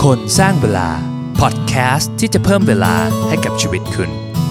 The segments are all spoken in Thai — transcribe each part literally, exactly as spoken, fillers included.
คนสร้างเวลาพอดแคสต์ที่จะเพิ่มเวลาให้กับชีวิตคุณ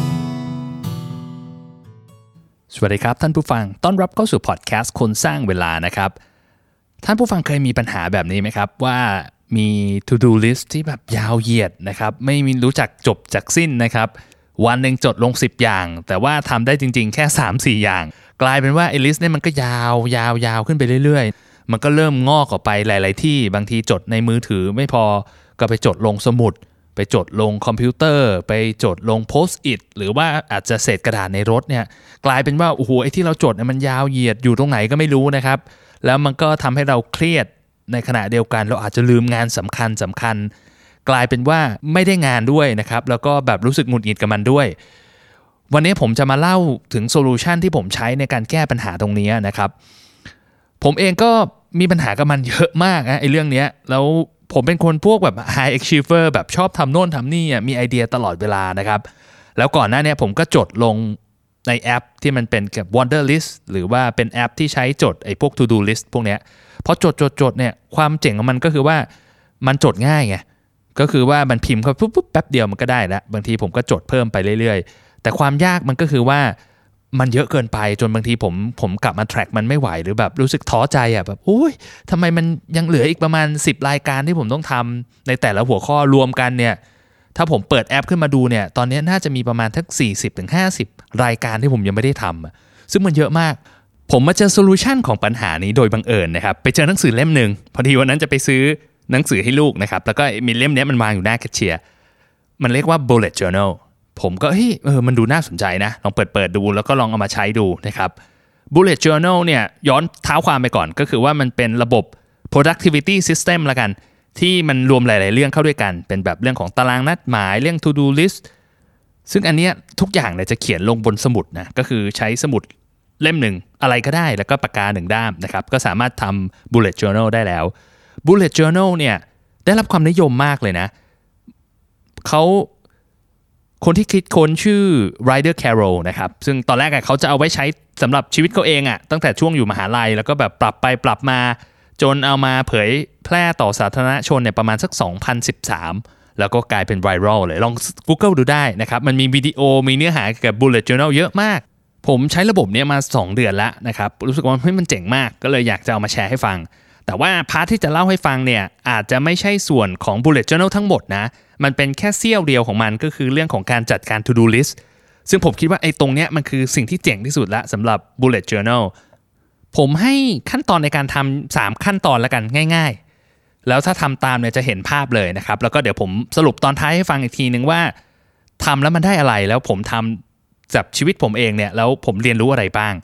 สวัสดีครับท่านผู้ฟังต้อนรับเข้าสู่พอดแคสต์คนสร้างเวลานะครับท่านผู้ฟังเคยมีปัญหาแบบนี้ไหมครับว่ามี to do list ที่แบบยาวเหยียดนะครับไม่มีรู้จักจบจากสิ้นนะครับวันหนึ่งจดลงสิบอย่างแต่ว่าทำได้จริงๆแค่ สามสี่ อย่างกลายเป็นว่าไอ้ลิสต์เนี่ยมันก็ยาวยาวยาวขึ้นไปเรื่อยๆมันก็เริ่มงอกออกไปหลายๆที่บางทีจดในมือถือไม่พอก็ไปจดลงสมุดไปจดลงคอมพิวเตอร์ไปจดลงโพสต์อิทหรือว่าอาจจะเศษกระดาษในรถเนี่ยกลายเป็นว่าโอ้โหไอ้ที่เราจดเนี่ยมันยาวเหยียดอยู่ตรงไหนก็ไม่รู้นะครับแล้วมันก็ทำให้เราเครียดในขณะเดียวกันเราอาจจะลืมงานสำคัญสำคัญกลายเป็นว่าไม่ได้งานด้วยนะครับแล้วก็แบบรู้สึกหงุดหงิดกับมันด้วยวันนี้ผมจะมาเล่าถึงโซลูชันที่ผมใช้ในการแก้ปัญหาตรงนี้นะครับผมเองก็มีปัญหากับมันเยอะมากนะไอ้เรื่องนี้แล้วผมเป็นคนพวกแบบ high achiever แบบชอบทำโน่นทำนี่มีไอเดียตลอดเวลานะครับแล้วก่อนหน้านี้ผมก็จดลงในแอปที่มันเป็นกับ Wonderlist หรือว่าเป็นแอปที่ใช้จดไอ้พวก to do list พวกเนี้ยพอจดจดจดเนี่ยความเจ๋งของมันก็คือว่ามันจดง่ายไงก็คือว่ามันพิมพ์เข้าปุ๊บปุ๊บแป๊บเดียวมันก็ได้แล้วบางทีผมก็จดเพิ่มไปเรื่อยๆแต่ความยากมันก็คือว่ามันเยอะเกินไปจนบางทีผมผมกลับมา track มันไม่ไหวหรือแบบรู้สึกท้อใจอ่ะแบบโอ้ยทำไมมันยังเหลืออีกประมาณสิบรายการที่ผมต้องทำในแต่ละหัวข้อรวมกันเนี่ยถ้าผมเปิดแอปขึ้นมาดูเนี่ยตอนนี้น่าจะมีประมาณทั้ง สี่สิบถึงห้าสิบ รายการที่ผมยังไม่ได้ทำซึ่งมันเยอะมากผมมาเจอโซลูชันของปัญหานี้โดยบังเอิญนะครับไปเจอหนังสือเล่มนึงพอดีวันนั้นจะไปซื้อหนังสือให้ลูกนะครับแล้วก็มีเล่มนี้มันวางอยู่หน้าแคชเชียร์มันเรียกว่า bullet journalผมก็เฮ้ยเออมันดูน่าสนใจนะลองเปิดเปิดดูแล้วก็ลองเอามาใช้ดูนะครับ bullet journal เนี่ยย้อนเท้าความไปก่อนก็คือว่ามันเป็นระบบ productivity system ละกันที่มันรวมหลายๆเรื่องเข้าด้วยกันเป็นแบบเรื่องของตารางนัดหมายเรื่อง to do list ซึ่งอันเนี้ยทุกอย่างเนี่ยจะเขียนลงบนสมุดนะก็คือใช้สมุดเล่มหนึ่งอะไรก็ได้แล้วก็ปากกาหนึ่งด้ามนะครับก็สามารถทำ bullet journal ได้แล้ว bullet journal เนี่ยได้รับความนิยมมากเลยนะเขาคนที่คิดค้นชื่อ Ryder Carroll นะครับซึ่งตอนแรกเขาจะเอาไว้ใช้สำหรับชีวิตเขาเองอ่ะตั้งแต่ช่วงอยู่มหาลัยแล้วก็แบบปรับไปปรับมาจนเอามาเผยแพร่ต่อสาธารณชนเนี่ยประมาณสักสองพันสิบสามแล้วก็กลายเป็นไวรัลเลยลอง Google ดูได้นะครับมันมีวิดีโอมีเนื้อหาเกี่ยวกับ Bullet Journal เยอะมากผมใช้ระบบนี้มาสองเดือนแล้วนะครับรู้สึกว่าเฮ้ยมันเจ๋งมากก็เลยอยากจะเอามาแชร์ให้ฟังแต่ว่าพาร์ทที่จะเล่าให้ฟังเนี่ยอาจจะไม่ใช่ส่วนของ Bullet Journal ทั้งหมดนะมันเป็นแค่เสี้ยวเดียวของมันก็คือเรื่องของการจัดการ to do list ซึ่งผมคิดว่าไอ้ตรงเนี้ยมันคือสิ่งที่เจ๋งที่สุดละสำหรับ Bullet Journal ผมให้ขั้นตอนในการทำสามขั้นตอนละกันง่ายๆแล้วถ้าทำตามเนี่ยจะเห็นภาพเลยนะครับแล้วก็เดี๋ยวผมสรุปตอนท้ายให้ฟังอีกทีนึงว่าทำแล้วมันได้อะไรแล้วผมทำจากชีวิตผมเองเนี่ยแล้วผมเรียนรู้อะไรบ้าง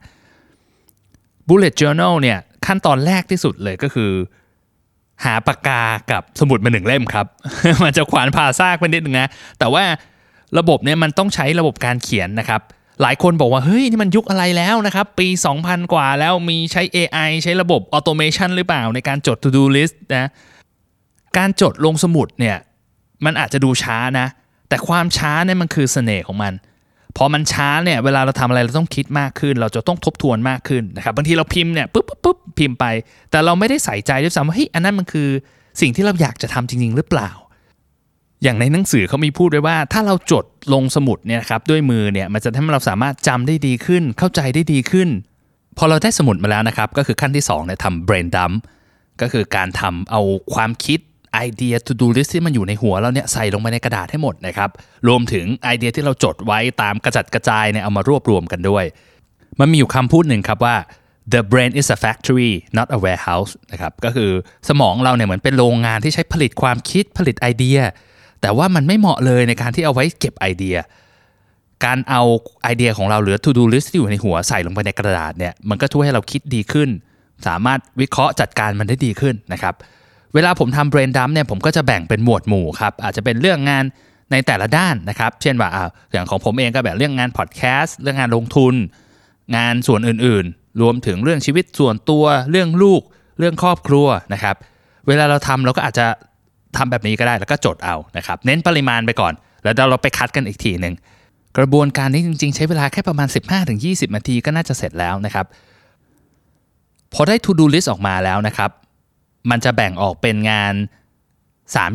Bullet Journal เนี่ยขั้นตอนแรกที่สุดเลยก็คือหาปากกากับสมุดมาหนึ่งเล่มครับ มันจะขวานผ่าซากไปนิดนึงนะแต่ว่าระบบเนี่ยมันต้องใช้ระบบการเขียนนะครับหลายคนบอกว่าเฮ้ยนี่มันยุคอะไรแล้วนะครับปีสองพันกว่าแล้วมีใช้ เอ ไอ ใช้ระบบออโตเมชันหรือเปล่าในการจด to do list นะการจดลงสมุดเนี่ยมันอาจจะดูช้านะแต่ความช้าเนี่ยมันคือเสน่ห์ของมันพอมันช้าเนี่ยเวลาเราทำอะไรเราต้องคิดมากขึ้นเราจะต้องทบทวนมากขึ้นนะครับบางทีเราพิมพ์เนี่ยปุ๊บปุ๊บปุ๊บพิมพ์ไปแต่เราไม่ได้ใส่ใจด้วยซ้ำว่าเฮ้ยอันนั้นมันคือสิ่งที่เราอยากจะทำจริงๆหรือเปล่าอย่างในหนังสือเขามีพูดไว้ว่าถ้าเราจดลงสมุดเนี่ยครับด้วยมือเนี่ยมันจะทำให้เราสามารถจำได้ดีขึ้นเข้าใจได้ดีขึ้นพอเราได้สมุดมาแล้วนะครับก็คือขั้นที่สองเนี่ยทำ brain dump ก็คือการทำเอาความคิดไอเดีย to do list ที่มันอยู่ในหัวเราเนี่ยใส่ลงไปในกระดาษให้หมดนะครับรวมถึงไอเดียที่เราจดไว้ตามกระจัดกระจายเนี่ยเอามารวบรวมกันด้วยมันมีอยู่คำพูดหนึ่งครับว่า the brain is a factory not a warehouse นะครับก็คือสมองเราเนี่ยเหมือนเป็นโรงงานที่ใช้ผลิตความคิดผลิตไอเดียแต่ว่ามันไม่เหมาะเลยในการที่เอาไว้เก็บไอเดียการเอาไอเดียของเราหรือ to do list ที่อยู่ในหัวใส่ลงไปในกระดาษเนี่ยมันก็ช่วยให้เราคิดดีขึ้นสามารถวิเคราะห์จัดการมันได้ดีขึ้นนะครับเวลาผมทำ brain dump เนี่ยผมก็จะแบ่งเป็นหมวดหมู่ครับอาจจะเป็นเรื่องงานในแต่ละด้านนะครับเช่นว่าอ่าอย่างของผมเองก็แบบเรื่องงานพอดแคสต์เรื่องงานลงทุนงานส่วนอื่นๆรวมถึงเรื่องชีวิตส่วนตัวเรื่องลูกเรื่องครอบครัวนะครับเวลาเราทำเราก็อาจจะทำแบบนี้ก็ได้แล้วก็จดเอานะครับเน้นปริมาณไปก่อนแล้วเราไปคัดกันอีกทีนึงกระบวนการนี้จริงๆใช้เวลาแค่ประมาณ สิบห้าถึงยี่สิบ นาทีก็น่าจะเสร็จแล้วนะครับพอได้ to do list ออกมาแล้วนะครับมันจะแบ่งออกเป็นงานสามอย่าง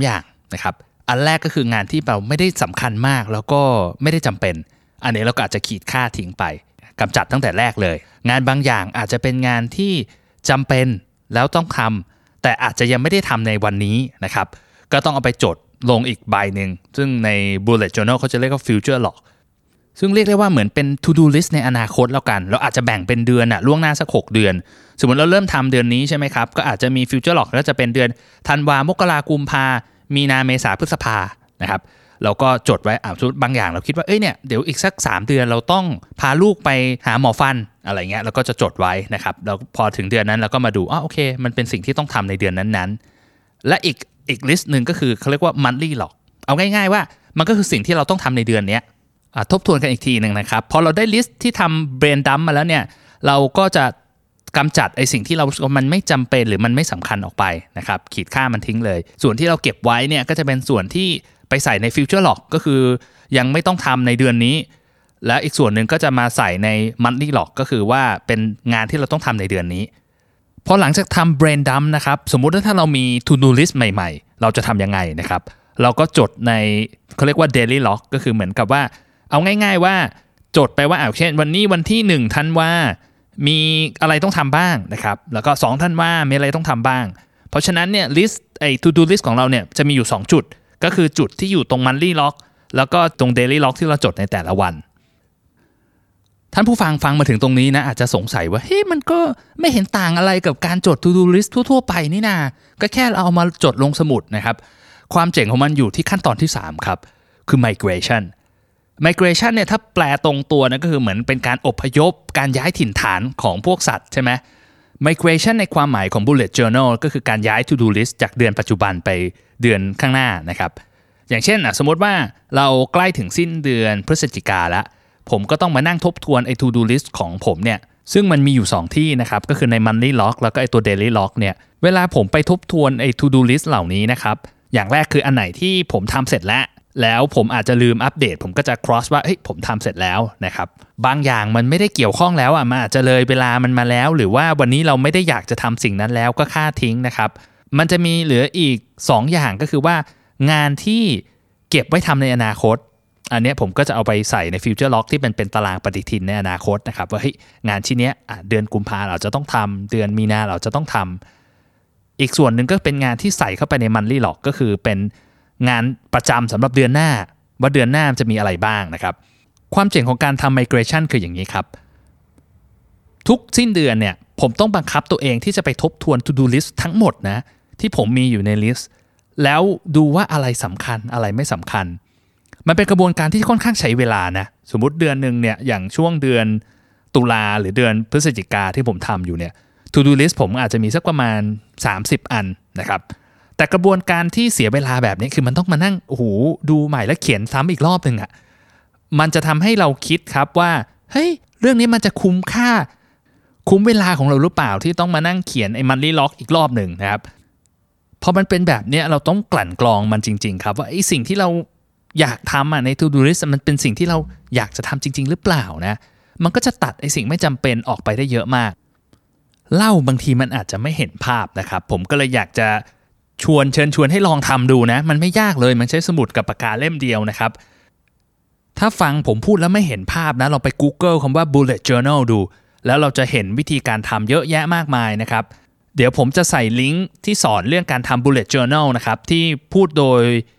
นะครับอันแรกก็คืองานที่เราไม่ได้สำคัญมากแล้วก็ไม่ได้จำเป็นอันนี้เราก็อาจจะขีดค่าทิ้งไปกำจัดตั้งแต่แรกเลยงานบางอย่างอาจจะเป็นงานที่จำเป็นแล้วต้องทำแต่อาจจะยังไม่ได้ทำในวันนี้นะครับก็ต้องเอาไปจดลงอีกใบหนึ่งซึ่งใน bullet journal เขาจะเรียกว่า future log ซึ่งเรียกได้ว่าเหมือนเป็น to do list ในอนาคตแล้วกันเราอาจจะแบ่งเป็นเดือนอะล่วงหน้าสักหกเดือนสมมติเราเริ่มทำเดือนนี้ใช่ไหมครับก็อาจจะมี future log ก็จะเป็นเดือนธันวามกรากุมภามีนาเมษาพฤษภานะครับเราก็จดไว้อ่าสมมติบางอย่างเราคิดว่าเอ้ยเนี่ยเดี๋ยวอีกสักสามเดือนเราต้องพาลูกไปหาหมอฟันอะไรเงี้ยเราก็จะจดไว้นะครับแล้วพอถึงเดือนนั้นเราก็มาดูอ๋อโอเคมันเป็นสิ่งที่ต้องทำในเดือนนั้นๆและอีกอีกลิสต์นึงก็คือเขาเรียกว่า monthly log เอาง่ายๆว่ามันก็คือสิ่งที่เราต้องทำในเดือนนี้ทบทวนกันอีกทีนึงนะครับพอเราได้ลิสต์ที่ทำ brain dump มาแล้วเนี่ยเราก็จะกำจัดไอ้สิ่งที่เรามันไม่จำเป็นหรือมันไม่สำคัญออกไปนะครับขีดค่ามันทิ้งเลยส่วนที่เราเก็บไว้เนี่ยก็จะเป็นส่วนที่ไปใส่ใน future log ก็คือยังไม่ต้องทำในเดือนนี้แล้วอีกส่วนหนึ่งก็จะมาใส่ใน monthly log ก็คือว่าเป็นงานที่เราต้องทำในเดือนนี้พอหลังจากทำ brain dump นะครับสมมุติว่าถ้าเรามี to do list ใหม่ๆเราจะทำยังไงนะครับเราก็จดในเขาเรียกว่า daily log ก็คือเหมือนกับว่าเอาง่ายๆว่าจดไปว่าเช่นวันนี้วันที่หนึ่งธันวามีอะไรต้องทำบ้างนะครับแล้วก็สองธันวามีอะไรต้องทำบ้างเพราะฉะนั้นเนี่ย list ไอ้ to do list ของเราเนี่ยจะมีอยู่สองจุดก็คือจุดที่อยู่ตรง monthly log แล้วก็ตรง daily log ที่เราจดในแต่ละวันท่านผู้ฟังฟังมาถึงตรงนี้นะอาจจะสงสัยว่าเฮ้ยมันก็ไม่เห็นต่างอะไรกับการจด to do list ทั่วๆไปนี่นาก็แค่เราเอามาจดลงสมุดนะครับความเจ๋งของมันอยู่ที่ขั้นตอนที่สามครับคือ migration migration เนี่ยถ้าแปลตรงตัวนะก็คือเหมือนเป็นการอพยพการย้ายถิ่นฐานของพวกสัตว์ใช่ไหม migration ในความหมายของ bullet journal ก็คือการย้าย to do list จากเดือนปัจจุบันไปเดือนข้างหน้านะครับอย่างเช่นสมมติว่าเราใกล้ถึงสิ้นเดือนพฤศจิกาแล้วผมก็ต้องมานั่งทบทวนไอ้ to do list ของผมเนี่ยซึ่งมันมีอยู่สองที่นะครับก็คือใน monthly log แล้วก็ไอ้ตัว daily log เนี่ยเวลาผมไปทบทวนไอ้ to do list เหล่านี้นะครับอย่างแรกคืออันไหนที่ผมทำเสร็จแล้วแล้วผมอาจจะลืมอัปเดตผมก็จะ cross ว่าเฮ้ยผมทำเสร็จแล้วนะครับบางอย่างมันไม่ได้เกี่ยวข้องแล้วอ่ะมันอาจจะเลยเวลามันมาแล้วหรือว่าวันนี้เราไม่ได้อยากจะทำสิ่งนั้นแล้วก็ค่าทิ้งนะครับมันจะมีเหลืออีกสองอย่างก็คือว่างานที่เก็บไว้ทำในอนาคตอันนี้ผมก็จะเอาไปใส่ใน future log ที่เป็นเป็นตารางปฏิทินในอนาคตนะครับว่าเฮ้ยงานชิ้นนี้เดือนกุมภาเราจะต้องทำเดือนมีนาเราจะต้องทำอีกส่วนหนึ่งก็เป็นงานที่ใส่เข้าไปใน monthly log ก็คือเป็นงานประจำสำหรับเดือนหน้าว่าเดือนหน้าจะมีอะไรบ้างนะครับความเจ๋งของการทำ migration คืออย่างนี้ครับทุกสิ้นเดือนเนี่ยผมต้องบังคับตัวเองที่จะไปทบทวน to do list ทั้งหมดนะที่ผมมีอยู่ใน list แล้วดูว่าอะไรสำคัญอะไรไม่สำคัญมันเป็นกระบวนการที่ค่อนข้างใช้เวลานะสมมุติเดือนนึงเนี่ยอย่างช่วงเดือนตุลาหรือเดือนพฤศจิกาที่ผมทำอยู่เนี่ย to do list ผมอาจจะมีสักประมาณสามสิบอันนะครับแต่กระบวนการที่เสียเวลาแบบนี้คือมันต้องมานั่งโอ้โหดูใหม่แล้วเขียนซ้ำอีกรอบนึงอ่ะมันจะทำให้เราคิดครับว่าเฮ้ยเรื่องนี้มันจะคุ้มค่าคุ้มเวลาของเราหรือเปล่าที่ต้องมานั่งเขียนไอ้ monthly log อีกรอบหนึ่งนะครับพอมันเป็นแบบนี้เราต้องกลั่นกรองมันจริงๆครับว่าไอ้สิ่งที่เราอยากทำอ่ะใน to do list มันเป็นสิ่งที่เราอยากจะทำจริงๆหรือเปล่านะมันก็จะตัดไอ้สิ่งไม่จำเป็นออกไปได้เยอะมากเล่าบางทีมันอาจจะไม่เห็นภาพนะครับผมก็เลยอยากจะชวนเชิญชวนให้ลองทำดูนะมันไม่ยากเลยมันใช้สมุดกับปากกาเล่มเดียวนะครับถ้าฟังผมพูดแล้วไม่เห็นภาพนะลองไป Google คำว่า bullet journal ดูแล้วเราจะเห็นวิธีการทำเยอะแยะมากมายนะครับเดี๋ยวผมจะใส่ลิงก์ที่สอนเรื่องการทำ bullet journal นะครับที่พูดโดย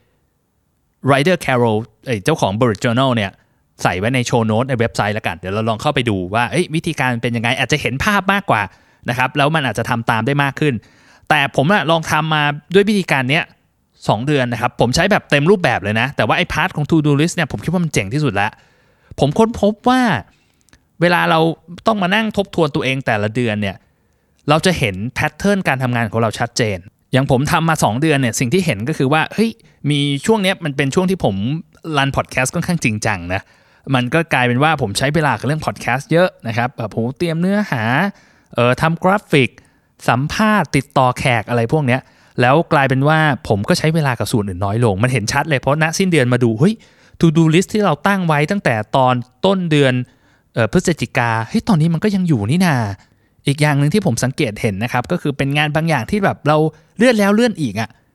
Ryder Carroll เจ้าของ bullet journal เนี่ยใส่ไว้ในโชว์โน้ตในเว็บไซต์แล้วกันเดี๋ยวเราลองเข้าไปดูว่าวิธีการเป็นยังไงอาจจะเห็นภาพมากกว่านะครับแล้วมันอาจจะทำตามได้มากขึ้นแต่ผมลองทำมาด้วยวิธีการนี้สองเดือนนะครับผมใช้แบบเต็มรูปแบบเลยนะแต่ว่าไอ้พาร์ทของ to do list เนี่ยผมคิดว่ามันเจ๋งที่สุดแล้วผมค้นพบว่าเวลาเราต้องมานั่งทบทวนตัวเองแต่ละเดือนเนี่ยเราจะเห็นแพทเทิร์นการทำงานของเราชัดเจนอย่างผมทำมาสองเดือนเนี่ยสิ่งที่เห็นก็คือว่าเฮ้ยมีช่วงนี้มันเป็นช่วงที่ผมรันพอดแคสต์ค่อนข้างจริงจังนะมันก็กลายเป็นว่าผมใช้เวลากับเรื่องพอดแคสต์เยอะนะครับแบบผมเตรียมเนื้อหาเอ่อทำกราฟิกสัมภาษณ์ติดต่อแขกอะไรพวกเนี้ยแล้วกลายเป็นว่าผมก็ใช้เวลากับส่วนอื่นน้อยลงมันเห็นชัดเลยเพราะณสิ้นเดือนมาดูเฮ้ย to do list ที่เราตั้งไว้ตั้งแต่ตอนต้นเดือนเอ่อพฤศจิกาเฮ้ยตอนนี้มันก็ยังอยู่นี่นาอีกอย่างนึงที่ผมสังเกตเห็นนะครับก็คือเป็นงานบางอย่างที่แบบเราเลื่อนแล้วเลื่อนอีกอ่ะ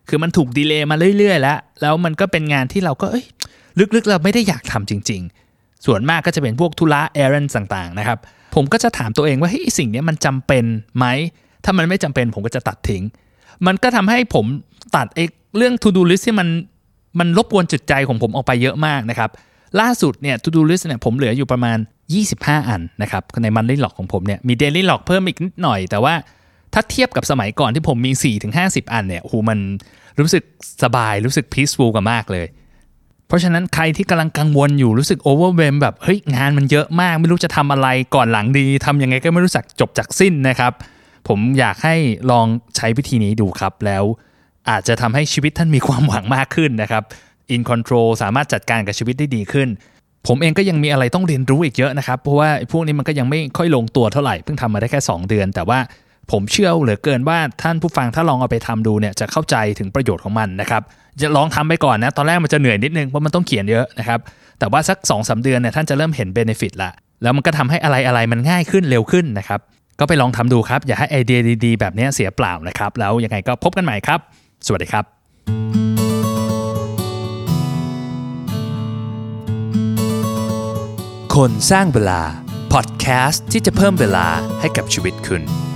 คือมันถูกดีเลย์มาเรื่อยๆแล้วแล้วมันก็เป็นงานที่เราก็เอ้ยลึกๆเราไม่ได้อยากทำจริงๆส่วนมากก็จะเป็นพวกธุระ errand ต่างๆนะครับผมก็จะถามตัวเองว่าเฮ้ยสิ่งนี้มันจำเป็นไหมถ้ามันไม่จำเป็นผมก็จะตัดทิ้งมันก็ทำให้ผมตัดไอ้เรื่อง to do list ที่มันมันรบกวนจิตใจของผมออกไปเยอะมากนะครับล่าสุดเนี่ย to do list เนี่ยผมเหลืออยู่ประมาณยี่สิบห้าอันนะครับใน monthly log ของผมเนี่ยมี daily log เพิ่มอีกนิดหน่อยแต่ว่าถ้าเทียบกับสมัยก่อนที่ผมมี สี่ถึงห้าสิบ อันเนี่ยโอ้โหมันรู้สึกสบายรู้สึก peaceful กันมากเลยเพราะฉะนั้นใครที่กำลังกังวลอยู่รู้สึก overwhelm แบบเฮ้ยงานมันเยอะมากไม่รู้จะทำอะไรก่อนหลังดีทำยังไงก็ไม่รู้จักจบจากสิ้นนะครับผมอยากให้ลองใช้วิธีนี้ดูครับแล้วอาจจะทำให้ชีวิตท่านมีความหวังมากขึ้นนะครับ in control สามารถจัดการกับชีวิตได้ดีขึ้นผมเองก็ยังมีอะไรต้องเรียนรู้อีกเยอะนะครับเพราะว่าพวกนี้มันก็ยังไม่ค่อยลงตัวเท่าไหร่เพิ่งทำมาได้แค่สองเดือนแต่ว่าผมเชื่อเหลือเกินว่าท่านผู้ฟังถ้าลองเอาไปทำดูเนี่ยจะเข้าใจถึงประโยชน์ของมันนะครับจะลองทำไปก่อนนะตอนแรกมันจะเหนื่อยนิดนึงเพราะมันต้องเขียนเยอะนะครับแต่ว่าสัก สองถึงสาม เดือนเนี่ยท่านจะเริ่มเห็น benefit ละแล้วมันก็ทำให้อะไรๆมันง่ายขึ้นเร็วขึ้นนะครับก็ไปลองทำดูครับอย่าให้ไอเดียดีๆแบบนี้เสียเปล่านะครับแล้วยังไงก็พบกันใหม่ครับสวัสดีครับคนสร้างเวลาพอดแคสต์ที่จะเพิ่มเวลาให้กับชีวิตคุณ